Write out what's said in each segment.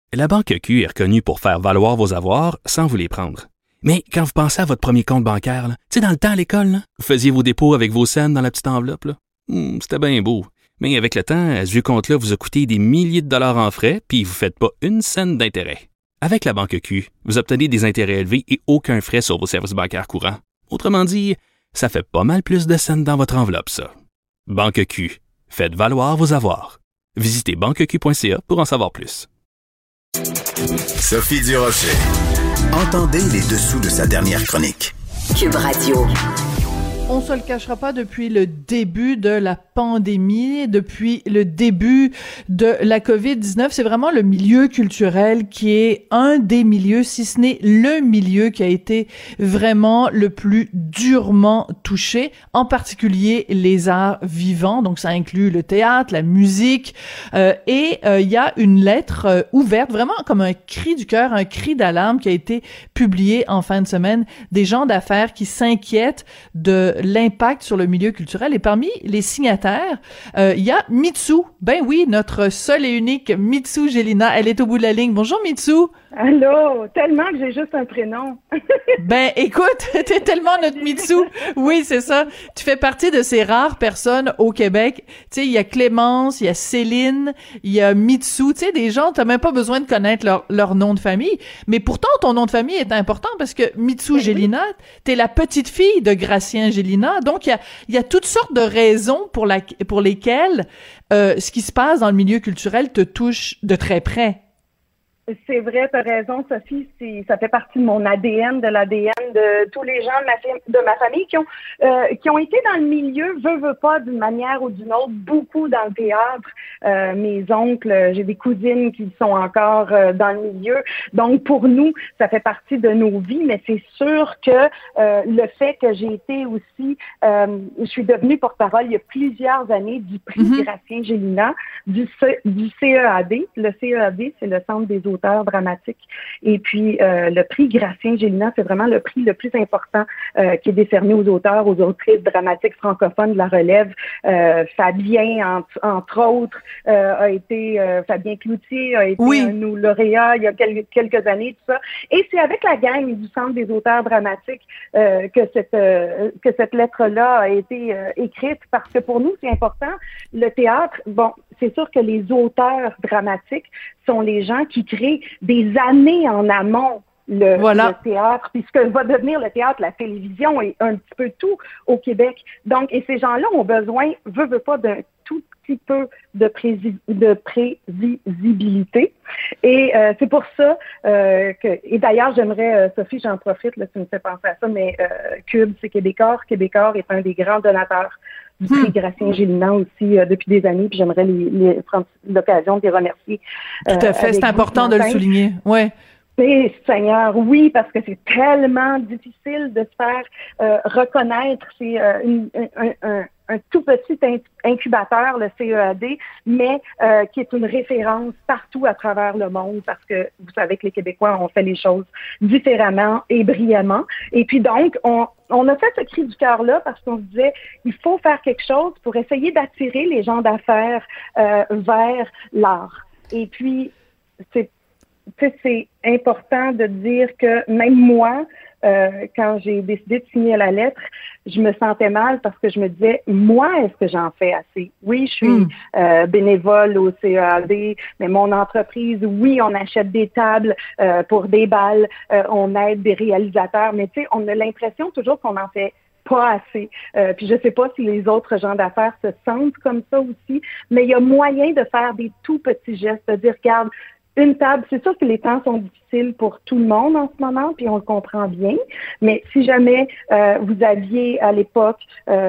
La Banque Q est reconnue pour faire valoir vos avoirs sans vous les prendre. Mais quand vous pensez à votre premier compte bancaire, tu sais, dans le temps à l'école, là, vous faisiez vos dépôts avec vos scènes dans la petite enveloppe. Là. C'était bien beau. Mais avec le temps, ce vieux compte-là vous a coûté des milliers de dollars en frais, puis vous ne faites pas une scène d'intérêt. Avec la Banque Q, vous obtenez des intérêts élevés et aucun frais sur vos services bancaires courants. Autrement dit, ça fait pas mal plus de scènes dans votre enveloppe, ça. Banque Q. Faites valoir vos avoirs. Visitez banqueq.ca pour en savoir plus. Sophie Durocher. Entendez les dessous de sa dernière chronique. Cube Radio. On se le cachera pas, depuis le début de la pandémie, depuis le début de la COVID-19, c'est vraiment le milieu culturel qui est un des milieux, si ce n'est le milieu qui a été vraiment le plus durement touché, en particulier les arts vivants. Donc ça inclut le théâtre, la musique, et il y a une lettre ouverte, vraiment comme un cri du cœur, un cri d'alarme qui a été publié en fin de semaine, des gens d'affaires qui s'inquiètent de l'impact sur le milieu culturel. Et parmi les signataires, il y a Mitsou. Ben oui, notre seule et unique Mitsou Gélina. Elle est au bout de la ligne. Bonjour Mitsou. Allô, tellement que j'ai juste un prénom. Ben écoute, t'es tellement notre Mitsou. Oui, c'est ça. Tu fais partie de ces rares personnes au Québec. Tu sais, il y a Clémence, il y a Céline, il y a Mitsou. Tu sais, des gens, t'as même pas besoin de connaître leur nom de famille. Mais pourtant, ton nom de famille est important parce que Mitsou Gélina, t'es la petite fille de Gracien Gélina. Donc, il y a toutes sortes de raisons pour lesquelles ce qui se passe dans le milieu culturel te touche de très près. C'est vrai, t'as raison, Sophie. Ça fait partie de mon ADN, de l'ADN de tous les gens de ma famille qui ont été dans le milieu, veut pas, d'une manière ou d'une autre, beaucoup dans le théâtre. Mes oncles, j'ai des cousines qui sont encore dans le milieu. Donc, pour nous, ça fait partie de nos vies, mais c'est sûr que le fait que j'ai été aussi, je suis devenue porte-parole il y a plusieurs années du prix Gracien Gélina, du CEAD. Le CEAD, c'est le Centre des auteurs dramatique. Et puis, le prix Gracien Gélina, c'est vraiment le prix le plus important qui est décerné aux auteurs, aux autrices dramatiques francophones de la relève. Fabien, entre autres, a été, Fabien Cloutier a été un de nos lauréats il y a quelques années, tout ça. Et c'est avec la gang du Centre des auteurs dramatiques que cette lettre-là a été écrite, parce que pour nous, c'est important. Le théâtre, bon, c'est sûr que les auteurs dramatiques sont les gens qui créent des années en amont le théâtre, puis ce que va devenir le théâtre, la télévision et un petit peu tout au Québec. Donc, et ces gens-là ont besoin, veut pas, d'un tout petit peu de prévisibilité. Et c'est pour ça et d'ailleurs, j'aimerais, Sophie, j'en profite, là, tu me fais penser à ça, mais Cube, c'est Québécois. Québécois est un des grands donateurs du prix Gracien Gélina aussi depuis des années, puis j'aimerais prendre l'occasion de les remercier. Tout à fait, c'est important de le souligner. Ouais. Mais Seigneur, oui, parce que c'est tellement difficile de se faire reconnaître. C'est un tout petit incubateur, le CEAD, mais qui est une référence partout à travers le monde, parce que vous savez que les Québécois ont fait les choses différemment et brillamment. Et puis donc, on a fait ce cri du cœur-là parce qu'on se disait, il faut faire quelque chose pour essayer d'attirer les gens d'affaires vers l'art. Et puis, c'est important de dire que même moi, quand j'ai décidé de signer la lettre, je me sentais mal parce que je me disais, moi, est-ce que j'en fais assez? Oui, je suis bénévole au CEAD, mais mon entreprise, oui, on achète des tables pour des balles, on aide des réalisateurs, mais tu sais, on a l'impression toujours qu'on en fait pas assez. Puis je sais pas si les autres gens d'affaires se sentent comme ça aussi, mais il y a moyen de faire des tout petits gestes, de dire, regarde, une table, c'est sûr que les temps sont difficiles pour tout le monde en ce moment, puis on le comprend bien, mais si jamais vous aviez à l'époque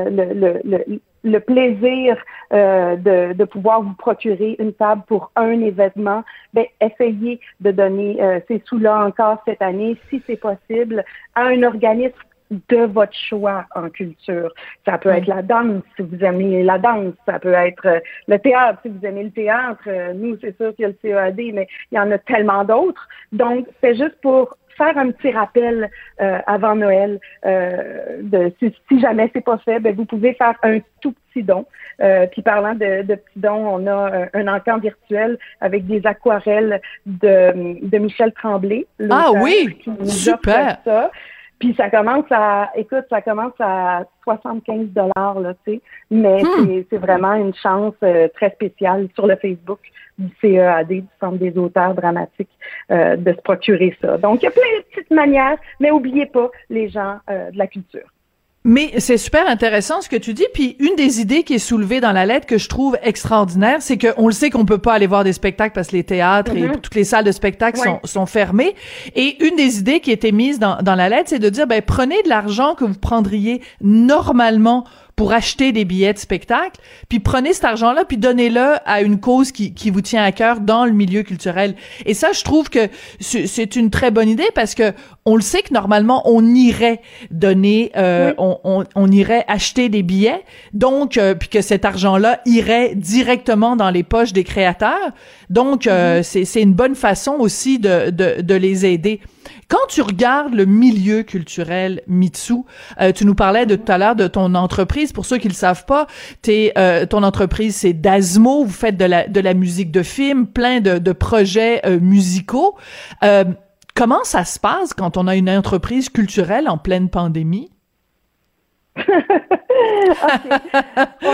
le plaisir de pouvoir vous procurer une table pour un événement, ben essayez de donner ces sous-là encore cette année, si c'est possible, à un organisme de votre choix en culture. Ça peut être la danse, si vous aimez la danse. Ça peut être le théâtre, si vous aimez le théâtre. Nous, c'est sûr qu'il y a le CEAD, mais il y en a tellement d'autres. Donc, c'est juste pour faire un petit rappel avant Noël. Si jamais c'est pas fait, ben vous pouvez faire un tout petit don. Puis parlant de petits dons, on a un encamp virtuel avec des aquarelles de Michel Tremblay. Ah oui, qui nous super. offre ça. Puis ça commence à 75 $, là, tu sais. Mais c'est vraiment une chance très spéciale sur le Facebook du CEAD, du Centre des auteurs dramatiques, de se procurer ça. Donc, il y a plein de petites manières, mais oubliez pas les gens de la culture. Mais c'est super intéressant ce que tu dis. Puis une des idées qui est soulevée dans la lettre que je trouve extraordinaire, c'est qu'on le sait qu'on peut pas aller voir des spectacles parce que les théâtres et toutes les salles de spectacle sont fermées. Et une des idées qui était mise dans la lettre, c'est de dire, ben, prenez de l'argent que vous prendriez normalement pour acheter des billets de spectacle, puis prenez cet argent-là, puis donnez-le à une cause qui vous tient à cœur dans le milieu culturel. Et ça, je trouve que c'est une très bonne idée parce que on le sait que normalement, on irait donner, on irait acheter des billets, donc, puis que cet argent-là irait directement dans les poches des créateurs. Donc, c'est une bonne façon aussi de les aider. Quand tu regardes le milieu culturel Mitsou, tu nous parlais tout à l'heure de ton entreprise. Pour ceux qui le savent pas, ton entreprise c'est Dasmo. Vous faites de la musique de film, plein de projets musicaux. Comment ça se passe quand on a une entreprise culturelle en pleine pandémie? On a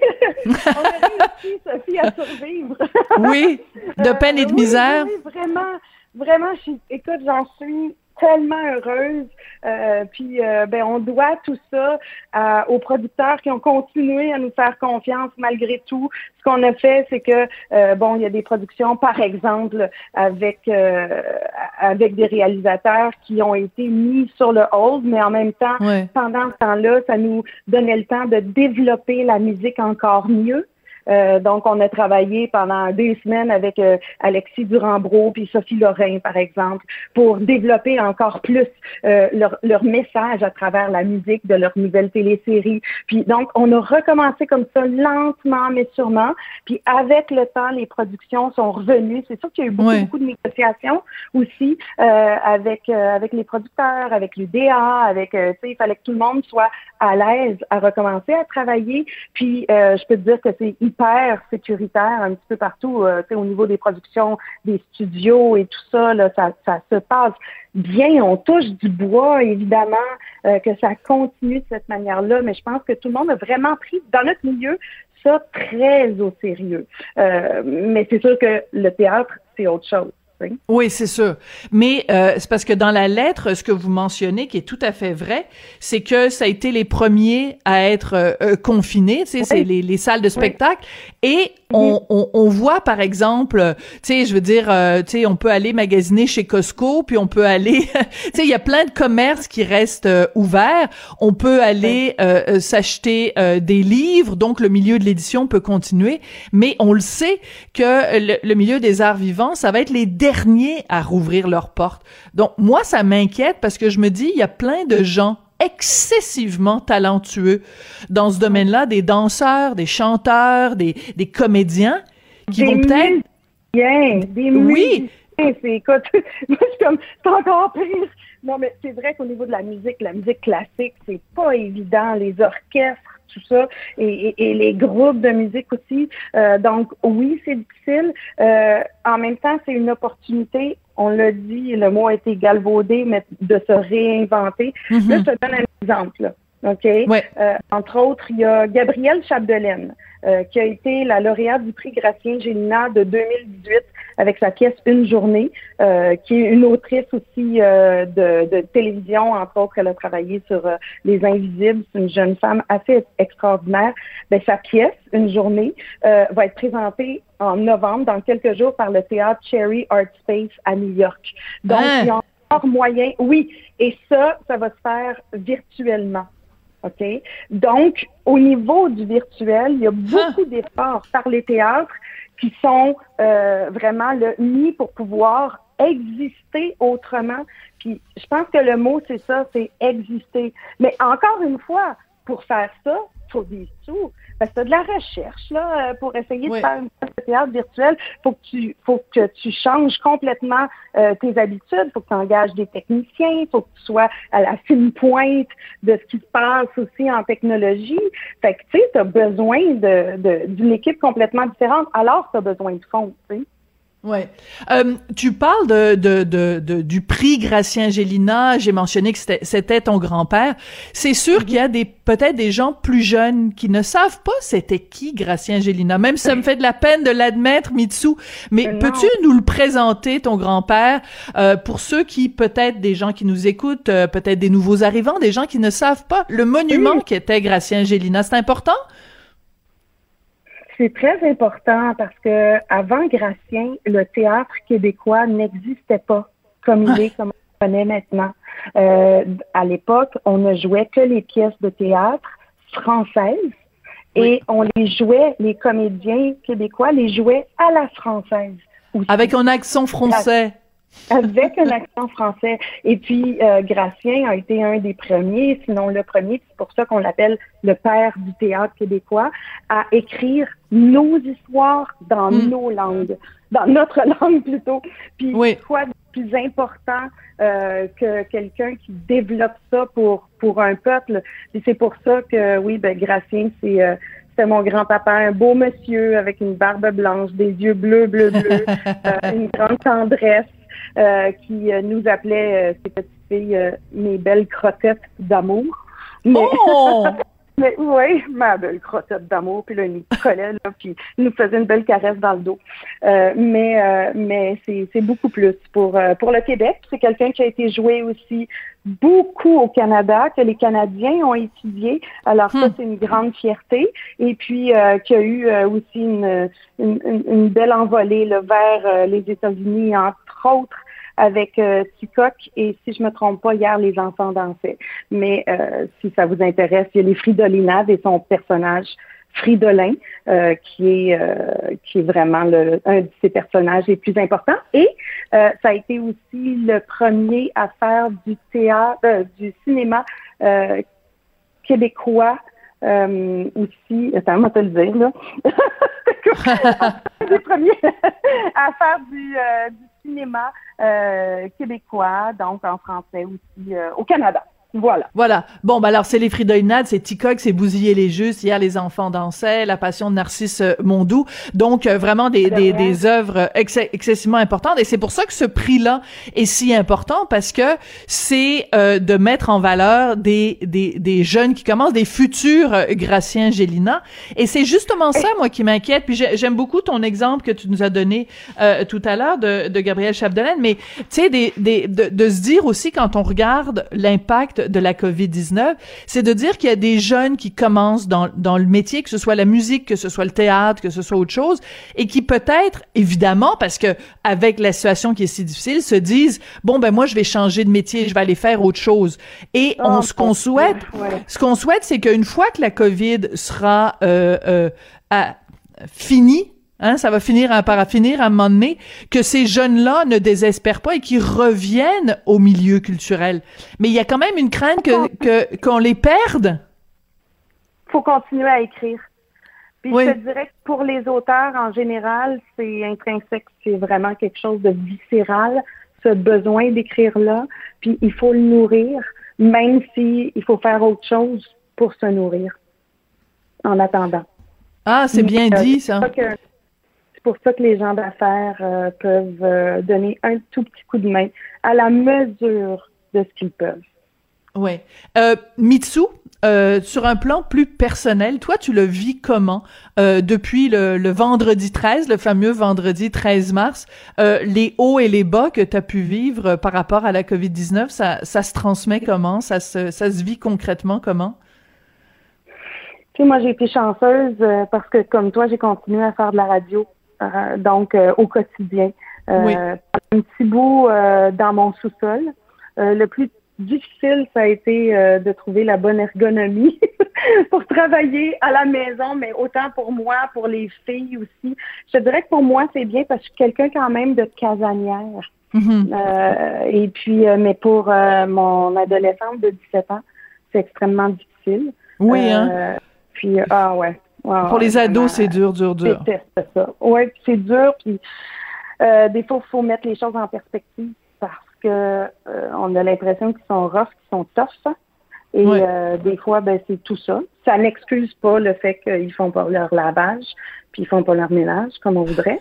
réussi, Sophie, à survivre. Oui, de peine et de misère. Oui, vraiment, écoute, j'en suis tellement heureuse. Puis, on doit tout ça aux producteurs qui ont continué à nous faire confiance malgré tout. Ce qu'on a fait, c'est que, il y a des productions, par exemple, avec des réalisateurs qui ont été mis sur le hold, mais en même temps, pendant ce temps-là, ça nous donnait le temps de développer la musique encore mieux. Donc, on a travaillé pendant 2 semaines avec Alexis Durand-Brault puis Sophie Lorrain, par exemple, pour développer encore plus leur message à travers la musique de leur nouvelle télésérie. Puis donc, on a recommencé comme ça, lentement mais sûrement. Puis avec le temps, les productions sont revenues. C'est sûr qu'il y a eu beaucoup de négociations aussi avec les producteurs, avec l'UDA, il fallait que tout le monde soit à l'aise à recommencer à travailler. Puis, je peux te dire que c'est hyper sécuritaire un petit peu partout, au niveau des productions, des studios et tout ça, là, ça se passe bien. On touche du bois, évidemment, que ça continue de cette manière-là, mais je pense que tout le monde a vraiment pris, dans notre milieu, ça très au sérieux. Mais c'est sûr que le théâtre, c'est autre chose. Oui, c'est sûr. Mais c'est parce que dans la lettre, ce que vous mentionnez, qui est tout à fait vrai, c'est que ça a été les premiers à être confinés, tu sais, c'est les salles de spectacle. Et on voit, par exemple, tu sais, je veux dire, tu sais, on peut aller magasiner chez Costco, puis on peut aller, tu sais, il y a plein de commerces qui restent ouverts. On peut aller s'acheter des livres, donc le milieu de l'édition peut continuer. Mais on le sait que le milieu des arts vivants, ça va être les derniers à rouvrir leurs portes. Donc, moi, ça m'inquiète parce que je me dis, il y a plein de gens excessivement talentueux dans ce domaine-là, des danseurs, des chanteurs, des comédiens qui vont peut-être... Des musiciens, écoute, moi, c'est encore pire. Non, mais c'est vrai qu'au niveau de la musique classique, c'est pas évident. Les orchestres, tout ça, et les groupes de musique aussi. Donc, oui, c'est difficile. En même temps, c'est une opportunité. On l'a dit, le mot a été galvaudé, mais de se réinventer. Là, je te donne un exemple, là. OK? Entre autres, il y a Gabrielle Chapdelaine, qui a été la lauréate du prix Gratien Gélinas de 2018 avec sa pièce Une journée, qui est une autrice aussi de télévision. Entre autres, elle a travaillé sur Les Invisibles. C'est une jeune femme assez extraordinaire. Sa pièce, Une journée, va être présentée en novembre, dans quelques jours, par le théâtre Cherry Art Space à New York. Donc, il y a encore moyen. Oui, et ça va se faire virtuellement. OK? Donc, au niveau du virtuel, il y a beaucoup d'efforts par les théâtres qui sont vraiment mis pour pouvoir exister autrement. Puis, je pense que le mot, c'est ça, c'est exister. Mais encore une fois, pour faire ça, faut des sous. Parce que t'as de la recherche, là, pour essayer Oui. de faire une pièce de théâtre virtuelle. Faut que tu changes complètement tes habitudes. Faut que tu engages des techniciens. Faut que tu sois à la fine pointe de ce qui se passe aussi en technologie. Fait que, tu sais, t'as besoin d'une équipe complètement différente. Alors, t'as besoin de fonds, tu sais. Ouais. Tu parles du prix Gratien Gélina. J'ai mentionné que c'était ton grand-père. C'est sûr qu'il y a peut-être des gens plus jeunes qui ne savent pas c'était qui Gratien Gélina. Même si ça me fait de la peine de l'admettre, Mitsou. Mais peux-tu nous le présenter, ton grand-père, pour ceux qui, peut-être des gens qui nous écoutent, peut-être des nouveaux arrivants, des gens qui ne savent pas le monument qu'était Gratien Gélina. C'est important? C'est très important parce que avant Gratien, le théâtre québécois n'existait pas comme il est, comme on le connaît maintenant. À l'époque, on ne jouait que les pièces de théâtre françaises et on les jouait, les comédiens québécois les jouaient à la française aussi. Avec un accent français. Avec un accent français. Et puis, Gratien a été un des premiers, sinon le premier, c'est pour ça qu'on l'appelle le père du théâtre québécois, à écrire nos histoires dans nos langues, dans notre langue plutôt. Puis, quoi de plus important que quelqu'un qui développe ça pour un peuple? Et c'est pour ça que, oui, Gratien, c'est mon grand-papa, un beau monsieur avec une barbe blanche, des yeux bleus, une grande tendresse. Qui nous appelait, ces petites filles, mes belles crottes d'amour. Mais oui, ma belle crottette d'amour, puis là, il nous collait, là, puis il nous faisait une belle caresse dans le dos. Mais c'est beaucoup plus pour le Québec. C'est quelqu'un qui a été joué aussi beaucoup au Canada, que les Canadiens ont étudié. Alors ça, c'est une grande fierté. Et puis, qui a eu aussi une belle envolée là, vers les États-Unis, entre autres, avec Ticoc et, si je me trompe pas, hier, les enfants dansaient. Mais si ça vous intéresse, il y a les Fridolinades et son personnage Fridolin, qui est vraiment un de ses personnages les plus importants. Et ça a été aussi le premier à faire du théâtre, du cinéma québécois aussi. Attends, on va te le dire, là. Les premiers à faire du cinéma québécois, donc en français aussi, au Canada. Voilà. Bon, alors c'est les Fridolинades, c'est Ticoc, c'est Bousiller les Justes, hier les enfants dansaient, La Passion de Narcisse Mondou. Donc vraiment des œuvres excessivement importantes, et c'est pour ça que ce prix-là est si important, parce que c'est de mettre en valeur des jeunes qui commencent, des futurs Gratien Gélina, et c'est justement ça moi qui m'inquiète. Puis j'aime beaucoup ton exemple que tu nous as donné tout à l'heure de Gabrielle Chapdelaine, mais tu sais de se dire aussi, quand on regarde l'impact de la COVID-19, c'est de dire qu'il y a des jeunes qui commencent dans le métier, que ce soit la musique, que ce soit le théâtre, que ce soit autre chose, et qui peut-être, évidemment, parce que avec la situation qui est si difficile, se disent, bon, moi, je vais changer de métier, je vais aller faire autre chose. Et ce qu'on souhaite, c'est qu'une fois que la COVID sera finie, ça va finir par finir à un moment donné, que ces jeunes-là ne désespèrent pas et qu'ils reviennent au milieu culturel. Mais il y a quand même une crainte qu'on les perde. Faut continuer à écrire. Puis je te dirais que pour les auteurs en général, c'est intrinsèque, c'est vraiment quelque chose de viscéral, ce besoin d'écrire-là. Puis il faut le nourrir, même si il faut faire autre chose pour se nourrir en attendant. Ah, c'est bien dit, ça. C'est pour ça que les gens d'affaires peuvent donner un tout petit coup de main à la mesure de ce qu'ils peuvent. Oui. Mitsou, sur un plan plus personnel, toi, tu le vis comment depuis le vendredi 13, le fameux vendredi 13 mars, les hauts et les bas que tu as pu vivre par rapport à la COVID-19, ça se transmet comment? Ça se vit concrètement comment? Puis moi, j'ai été chanceuse parce que, comme toi, j'ai continué à faire de la radio. Donc, au quotidien. Un petit bout dans mon sous-sol. Le plus difficile, ça a été de trouver la bonne ergonomie pour travailler à la maison, mais autant pour moi, pour les filles aussi. Je te dirais que pour moi, c'est bien parce que je suis quelqu'un quand même de casanière. Et puis, mais pour mon adolescente de 17 ans, c'est extrêmement difficile. Oui, Puis, ouais. Pour les ados, c'est dur. Je déteste ça. Oui, c'est dur, puis des fois, il faut mettre les choses en perspective parce que on a l'impression qu'ils sont rough, qu'ils sont tough. Et des fois, ben c'est tout ça. Ça n'excuse pas le fait qu'ils font pas leur lavage, puis ils font pas leur ménage comme on voudrait.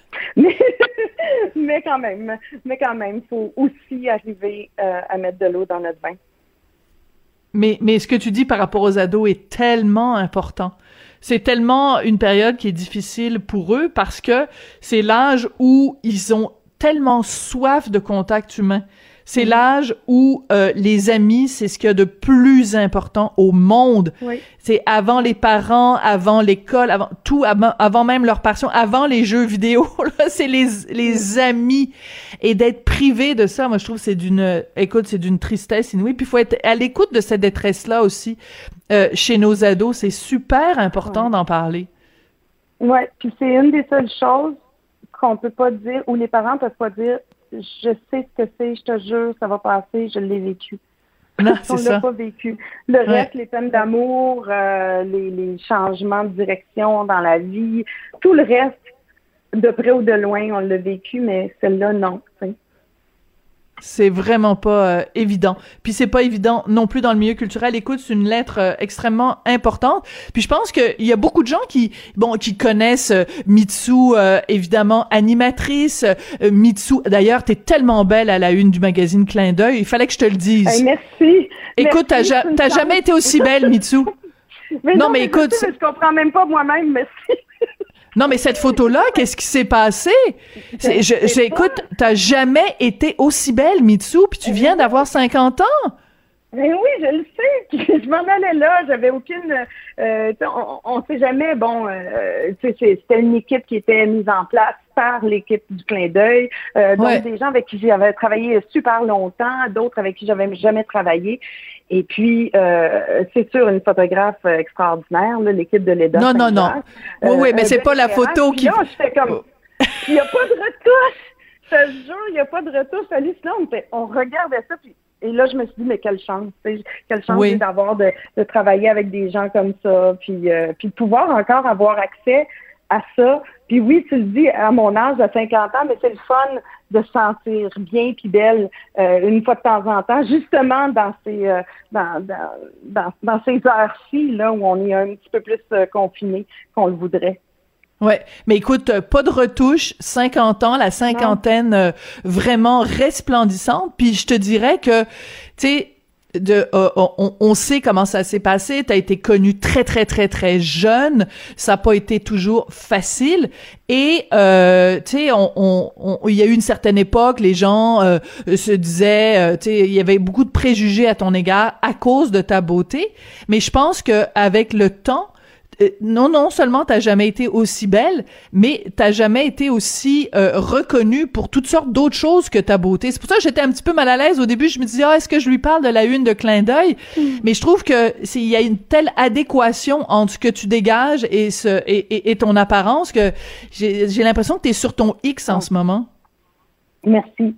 Mais quand même, il faut aussi arriver à mettre de l'eau dans notre bain. Mais ce que tu dis par rapport aux ados est tellement important. C'est tellement une période qui est difficile pour eux parce que c'est l'âge où ils ont tellement soif de contact humain. C'est l'âge où les amis, c'est ce qu'il y a de plus important au monde. Oui. C'est avant les parents, avant l'école, avant tout, avant même leur passion, avant les jeux vidéo. Là, c'est les amis. Et d'être privé de ça, moi, je trouve que c'est d'une tristesse inouïe. Puis il faut être à l'écoute de cette détresse-là aussi. Chez nos ados, c'est super important d'en parler. Ouais, puis c'est une des seules choses qu'on peut pas dire, ou les parents peuvent pas dire. Je sais ce que c'est, je te jure, ça va passer, je l'ai vécu. Non, c'est ça. On l'a pas vécu. Le reste, les peines d'amour, les changements de direction dans la vie, tout le reste, de près ou de loin, on l'a vécu, mais celle-là, non. T'sais. C'est vraiment pas évident. Puis c'est pas évident non plus dans le milieu culturel. Écoute, c'est une lettre extrêmement importante. Puis je pense qu'il y a beaucoup de gens qui connaissent Mitsou, évidemment animatrice. Mitsou, d'ailleurs, t'es tellement belle à la une du magazine Clin d'œil. Il fallait que je te le dise. Hey, merci. Écoute, t'as jamais été aussi belle, Mitsou. mais écoute, je comprends même pas moi-même. Merci. Non, mais cette photo-là, qu'est-ce qui s'est passé? Écoute, t'as jamais été aussi belle, Mitsou, puis tu viens d'avoir 50 ans. Mais oui, je le sais. Je m'en allais là. J'avais aucune... on sait jamais. Bon, c'était une équipe qui était mise en place par l'équipe du Clin d'œil. Donc, des gens avec qui j'avais travaillé super longtemps, d'autres avec qui j'avais jamais travaillé. Et puis, c'est sûr, une photographe extraordinaire, là, l'équipe de l'EDA. Non. Oui, mais c'est pas la photo qui... Là, j'étais comme... Il n'y a pas de retouche! Je te jure, il n'y a pas de retouche. Hallucinant. On regardait ça, puis... Et là, je me suis dit, mais quelle chance, d'avoir de travailler avec des gens comme ça, puis de pouvoir encore avoir accès à ça. Puis oui, tu le dis, à mon âge de 50 ans, mais c'est le fun de se sentir bien puis belle une fois de temps en temps, justement dans ces dans ces heures-ci là où on est un petit peu plus confiné qu'on le voudrait. Ouais, mais écoute, pas de retouche, 50 ans, la cinquantaine vraiment resplendissante, puis je te dirais que, tu sais, on sait comment ça s'est passé, t'as été connue très, très, très, très jeune, ça n'a pas été toujours facile, et, tu sais, il y a eu une certaine époque, les gens se disaient, tu sais, il y avait beaucoup de préjugés à ton égard à cause de ta beauté, mais je pense que avec le temps, non seulement t'as jamais été aussi belle, mais t'as jamais été aussi reconnue pour toutes sortes d'autres choses que ta beauté. C'est pour ça que j'étais un petit peu mal à l'aise au début. Je me disais, est-ce que je lui parle de la une de Clin d'œil? Mais je trouve que il y a une telle adéquation entre ce que tu dégages et ton apparence que j'ai l'impression que t'es sur ton X en ce moment. Merci.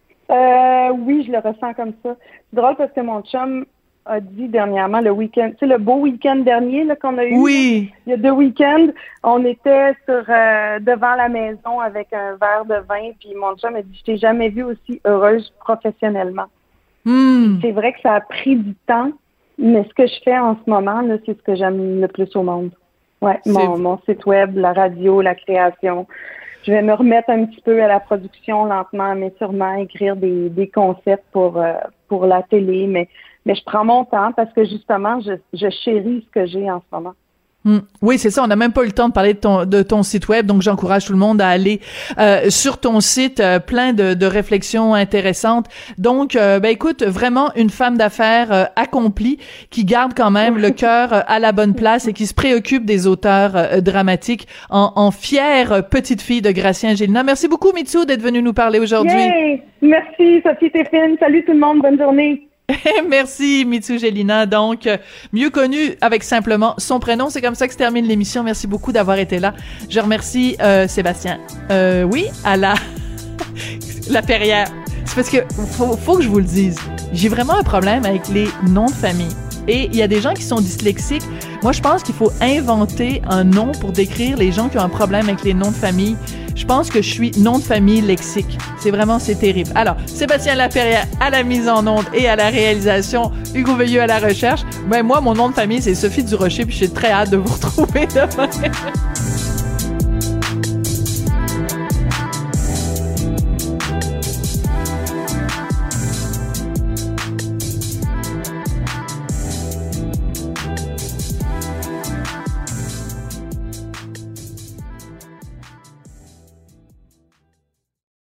Oui, je le ressens comme ça. C'est drôle parce que mon chum a dit dernièrement le week-end, tu sais, le beau week-end dernier là, qu'on a eu. Oui. Là, il y a 2 week-ends, on était devant la maison avec un verre de vin, puis mon chum a dit, je t'ai jamais vue aussi heureuse professionnellement. C'est vrai que ça a pris du temps, mais ce que je fais en ce moment, là, c'est ce que j'aime le plus au monde. Ouais, mon site web, la radio, la création. Je vais me remettre un petit peu à la production lentement, mais sûrement écrire des concepts pour la télé, mais je prends mon temps parce que justement, je chéris ce que j'ai en ce moment. Oui, c'est ça. On n'a même pas eu le temps de parler de ton site web, donc j'encourage tout le monde à aller sur ton site, plein de réflexions intéressantes. Donc, écoute, vraiment une femme d'affaires accomplie qui garde quand même le cœur à la bonne place et qui se préoccupe des auteurs dramatiques en fière petite fille de Gratien Gélina. Merci beaucoup, Mitsou, d'être venue nous parler aujourd'hui. Yay! Merci, Sophie Téphine. Salut tout le monde. Bonne journée. Merci, Mitsou Gélina, donc mieux connue avec simplement son prénom. C'est comme ça que se termine l'émission. Merci beaucoup d'avoir été là. Je remercie Sébastien. Oui, à la Perrière. C'est parce que faut que je vous le dise. J'ai vraiment un problème avec les noms de famille. Et il y a des gens qui sont dyslexiques. Moi, Moi, je pense qu'il faut inventer un nom pour décrire les gens qui ont un problème avec les noms de famille. Je pense que je suis nom de famille lexique. C'est terrible. Alors, Sébastien Laperrière à la mise en onde et à la réalisation, Hugo Veilleux à la recherche. Ben, moi, mon nom de famille, c'est Sophie Durocher, puis j'ai très hâte de vous retrouver demain.